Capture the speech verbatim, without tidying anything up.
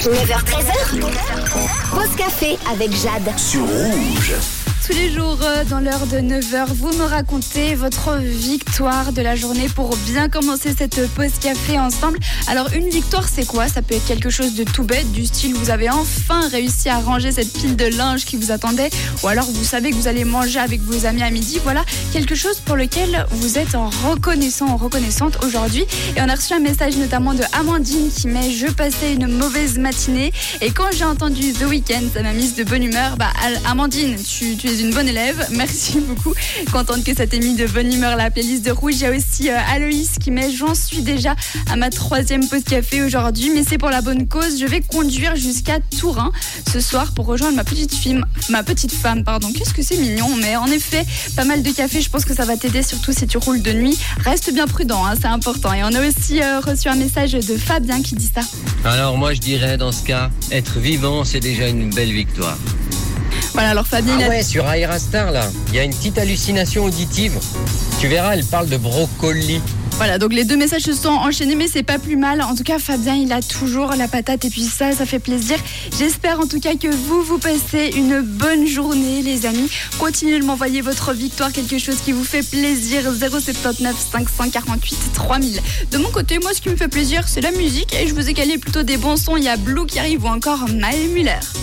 neuf heures treize heures. Pause café avec Jade. Sur Rouge. Tous les jours, dans l'heure de neuf heures, vous me racontez votre victoire de la journée pour bien commencer cette pause café ensemble. Alors, une victoire, c'est quoi ? Ça peut être quelque chose de tout bête, du style vous avez enfin réussi à ranger cette pile de linge qui vous attendait, ou alors vous savez que vous allez manger avec vos amis à midi. Voilà, quelque chose pour lequel vous êtes en reconnaissant, en reconnaissante aujourd'hui. Et on a reçu un message notamment de Amandine qui met « Je passais une mauvaise matinée » et quand j'ai entendu The Weeknd, ça m'a mise de bonne humeur. Bah, Amandine, tu, tu es une bonne élève, merci beaucoup. Contente que ça t'ait mis de bonne humeur la playlist de Rouge. Il y a aussi euh, Aloïs qui met j'en suis déjà à ma troisième pause café aujourd'hui, mais c'est pour la bonne cause. Je vais conduire jusqu'à Turin ce soir pour rejoindre ma petite fille, ma petite femme, pardon. Qu'est-ce que c'est mignon, mais en effet, pas mal de café. Je pense que ça va t'aider, surtout si tu roules de nuit. Reste bien prudent, hein, c'est important. Et on a aussi euh, reçu un message de Fabien qui dit ça. Alors moi je dirais dans ce cas, être vivant c'est déjà une belle victoire. Voilà, alors Fabien... Ah a... ouais, sur Aerastar, là, il y a une petite hallucination auditive. Tu verras, elle parle de brocoli. Voilà, donc les deux messages se sont enchaînés, mais c'est pas plus mal. En tout cas, Fabien, il a toujours la patate et puis ça, ça fait plaisir. J'espère en tout cas que vous, vous passez une bonne journée, les amis. Continuez de m'envoyer votre victoire, quelque chose qui vous fait plaisir. zéro sept neuf cinq cent quarante-huit trois mille. De mon côté, moi, ce qui me fait plaisir, c'est la musique. Et je vous ai calé plutôt des bons sons. Il y a Blue qui arrive ou encore Maë Muller.